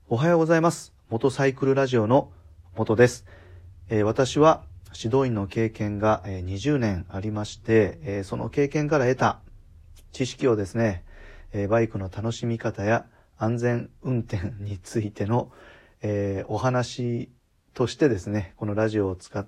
おはようございます。元サイクルラジオの元です。私は指導員の経験が20年ありまして、その経験から得た知識をですね、バイクの楽しみ方や安全運転についての、お話としてですね、このラジオを使って、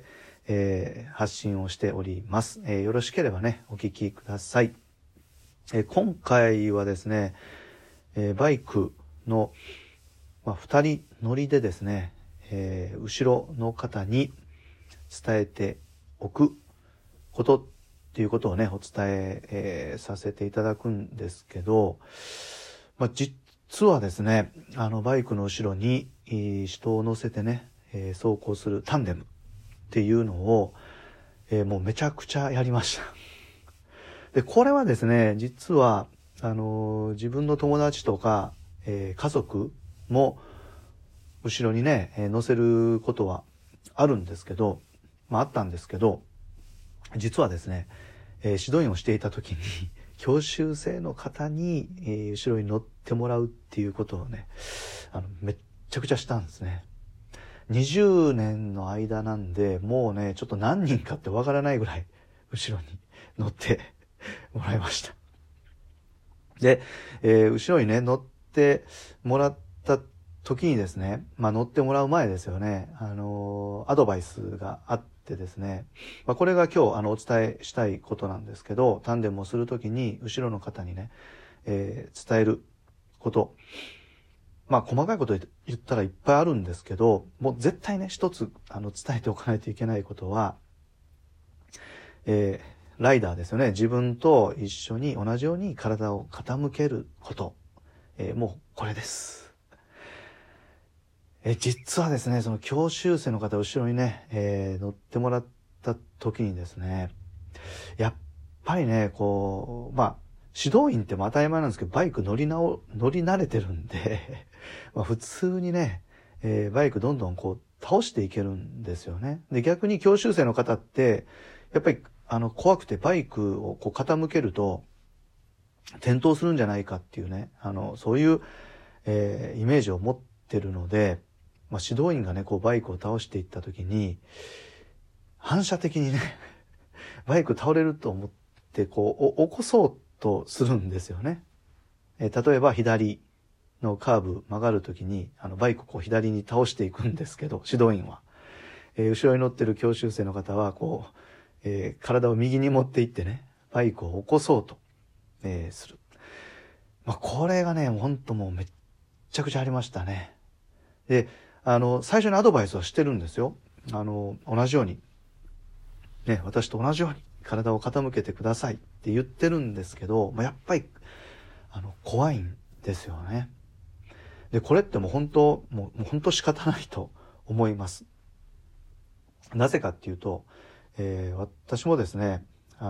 発信をしております。よろしければね、お聞きください。今回はですね、バイクの2人乗りでですね、後ろの方に伝えておくことっていうことをね、お伝えさせていただくんですけど、実はですね、バイクの後ろに人を乗せてね、走行するタンデムっていうのを、もうめちゃくちゃやりました。で、これはですね、実は、自分の友達とか、家族も後ろにね、乗せることはあるんですけど、あったんですけど、実はですね、指導員をしていた時に教習生の方に、後ろに乗ってもらうっていうことをね、めっちゃくちゃしたんですね。20年の間なんで、もうね、ちょっと何人かってわからないぐらい後ろに乗ってもらいました。で、後ろにね、乗ってもらった時にですね、乗ってもらう前ですよね、アドバイスがあってですね、これが今日お伝えしたいことなんですけど、タンデムをする時に後ろの方にね、伝えること。細かいこと言ったらいっぱいあるんですけど、もう絶対ね、一つ伝えておかないといけないことは、ライダーですよね。自分と一緒に同じように体を傾けること。もうこれです。実はですね、その教習生の方後ろにね、乗ってもらった時にですね、やっぱりね、指導員って当たり前なんですけど、バイク乗り慣れてるんで、普通にね、バイクどんどん倒していけるんですよね。で、逆に教習生の方って、やっぱり怖くてバイクを傾けると転倒するんじゃないかっていうね、そういう、イメージを持ってるので、指導員がね、バイクを倒していった時に、反射的にね、バイク倒れると思って、起こそうとするんですよね。例えば左のカーブ曲がる時に、バイクを左に倒していくんですけど、指導員は。後ろに乗ってる教習生の方は、体を右に持っていってね、バイクを起こそうと、する。これがね、ほんともうめっちゃくちゃありましたね。で、最初にアドバイスはしてるんですよ。同じように。ね、私と同じように体を傾けてくださいって言ってるんですけど、やっぱり、怖いんですよね。で、これってもう本当仕方ないと思います。なぜかっていうと、私もですね、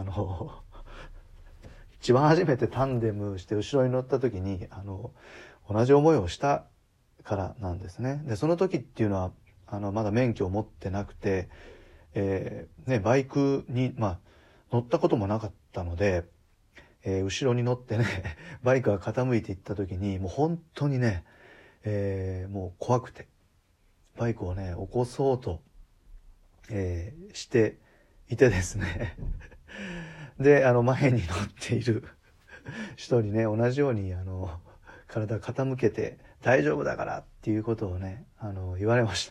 一番初めてタンデムして後ろに乗った時に、同じ思いをしたからなんですね。で、その時っていうのは、まだ免許を持ってなくて、バイクに、乗ったこともなかったので、後ろに乗ってね、バイクが傾いていった時に、もう本当にね、もう怖くて、バイクをね、起こそうと、していてですね。で、前に乗っている人にね、同じように、体傾けて大丈夫だからっていうことをね、言われました。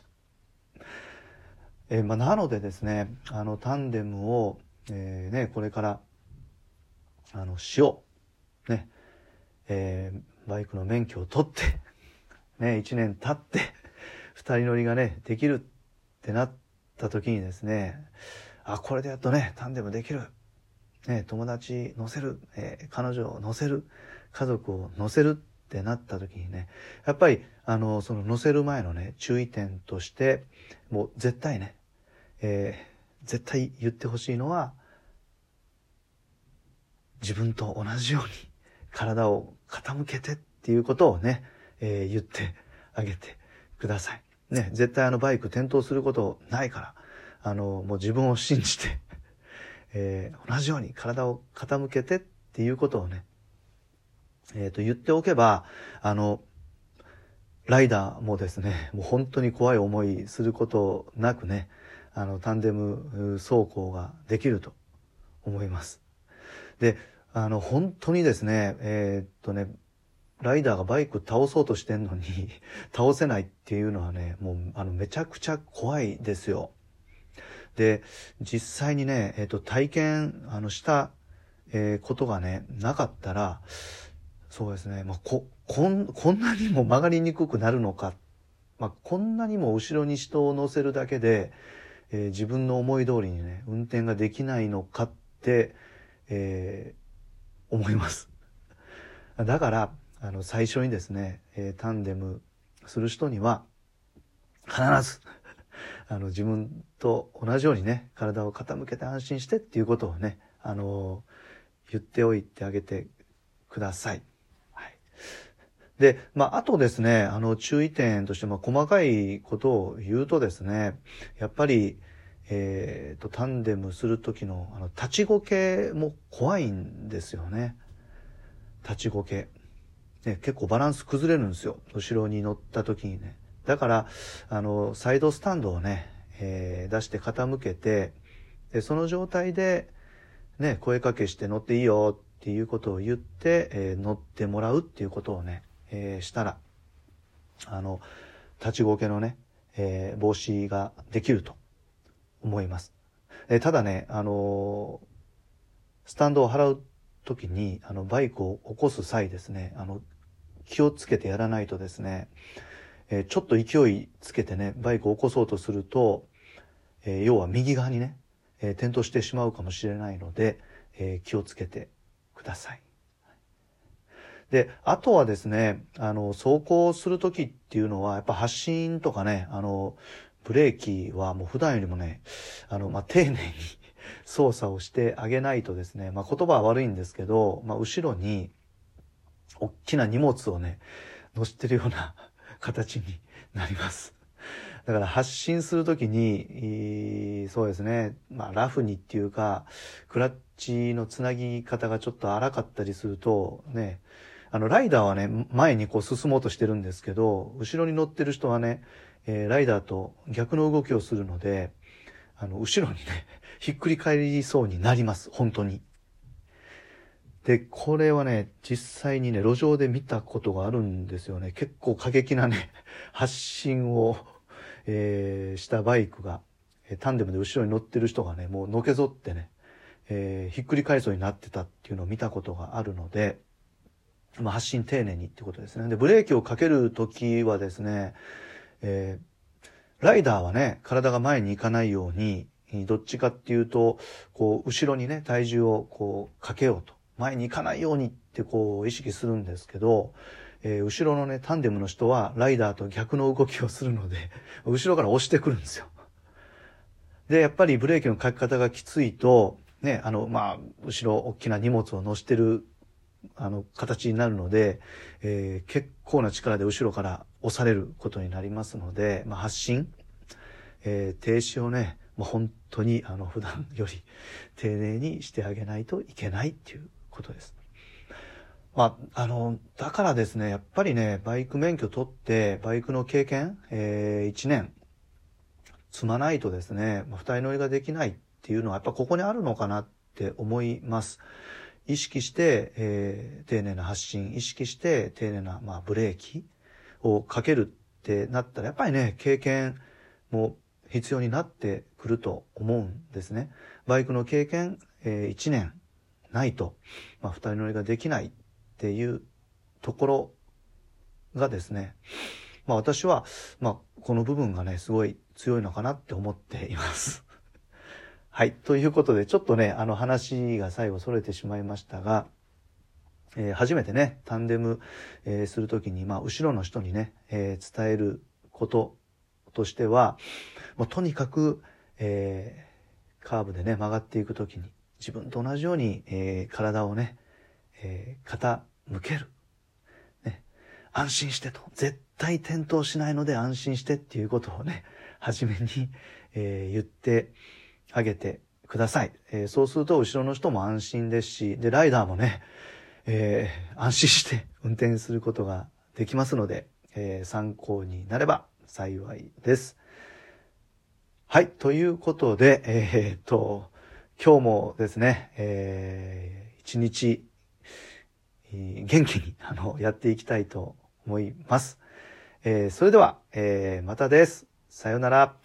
なのでですね、タンデムを、これから、しよう。ね、バイクの免許を取って、ね、1年経って、2人乗りがね、できるってなった時にですね、これでやっとね、タンデムできる。ね、友達乗せる、彼女を乗せる、家族を乗せるってなった時にね、やっぱり、その乗せる前のね、注意点として、もう絶対ね、絶対言ってほしいのは、自分と同じように体を傾けてっていうことをね、言ってあげてください。ね、絶対バイク転倒することないから、もう自分を信じて、同じように体を傾けてっていうことをね、言っておけば、 ライダーもですね、もう本当に怖い思いすることなくね、タンデム走行ができると思います。で、本当にですね、ライダーがバイク倒そうとしてんのに倒せないっていうのはね、もうめちゃくちゃ怖いですよ。で、実際にね、体験したことがね、なかったら、そうですね、こんなにも曲がりにくくなるのか、こんなにも後ろに人を乗せるだけで、自分の思い通りにね、運転ができないのかって、思います。だから、最初にですね、タンデムする人には、必ず、自分と同じようにね、体を傾けて安心してっていうことをね、言っておいてあげてください。はい。で、あとですね、注意点として、細かいことを言うとですね、やっぱり、タンデムする時の、立ちこけも怖いんですよね。立ちこけ。ね、結構バランス崩れるんですよ。後ろに乗った時にね。だから、サイドスタンドをね、出して傾けて、で、その状態で、ね、声かけして乗っていいよっていうことを言って、乗ってもらうっていうことをね、したら、立ちこけのね、防止ができると思います。ただね、スタンドを払うときに、バイクを起こす際ですね、気をつけてやらないとですね、ちょっと勢いつけてね、バイクを起こそうとすると、要は右側にね、転倒してしまうかもしれないので、気をつけてください。で、あとはですね、走行するときっていうのは、やっぱ発進とかね、ブレーキはもう普段よりもね、丁寧に操作をしてあげないとですね、言葉は悪いんですけど、後ろに大きな荷物をね、乗せてるような形になります。だから発進するときに、そうですね、ラフにっていうか、クラッチのつなぎ方がちょっと荒かったりすると、ね、ライダーはね、前にこう進もうとしてるんですけど、後ろに乗ってる人はね、ライダーと逆の動きをするので、後ろにね、ひっくり返りそうになります、本当に。で、これはね、実際にね、路上で見たことがあるんですよね。結構過激なね、発進を、したバイクが、タンデムで後ろに乗ってる人がね、もうのけぞってね、ひっくり返りそうになってたっていうのを見たことがあるので、発進丁寧にってことですね。で、ブレーキをかけるときはですね、ライダーはね、体が前に行かないように、どっちかっていうと、こう、後ろにね、体重をこう、かけようと。前に行かないようにってこう、意識するんですけど、後ろのね、タンデムの人は、ライダーと逆の動きをするので、後ろから押してくるんですよ。で、やっぱりブレーキのかけ方がきついと、ね、後ろ大きな荷物を乗せてる形になるので、結構な力で後ろから押されることになりますので、発進、停止をね、本当に普段より丁寧にしてあげないといけないっていうことです。だからですね、やっぱりね、バイク免許取って、バイクの経験、1年積まないとですね、二人乗りができないっていうのはやっぱここにあるのかなって思います。意識して、丁寧な発進、意識して丁寧な、ブレーキをかけるってなったら、やっぱりね、経験も必要になってくると思うんですね。バイクの経験、1年ないと、二人乗りができないっていうところがですね、私は、この部分がね、すごい強いのかなって思っています。はい。ということで、ちょっとね、話が最後逸れてしまいましたが、初めてね、タンデム、するときに、後ろの人にね、伝えることとしては、とにかく、カーブでね、曲がっていくときに、自分と同じように、体をね、傾ける。ね、安心してと。絶対転倒しないので安心してっていうことをね、初めに、言ってあげてください。そうすると後ろの人も安心ですし、で、ライダーもね、安心して運転することができますので、 参考になれば幸いです。はい。ということで、今日もですね、一日、元気にやっていきたいと思います。それでは、またです。さようなら。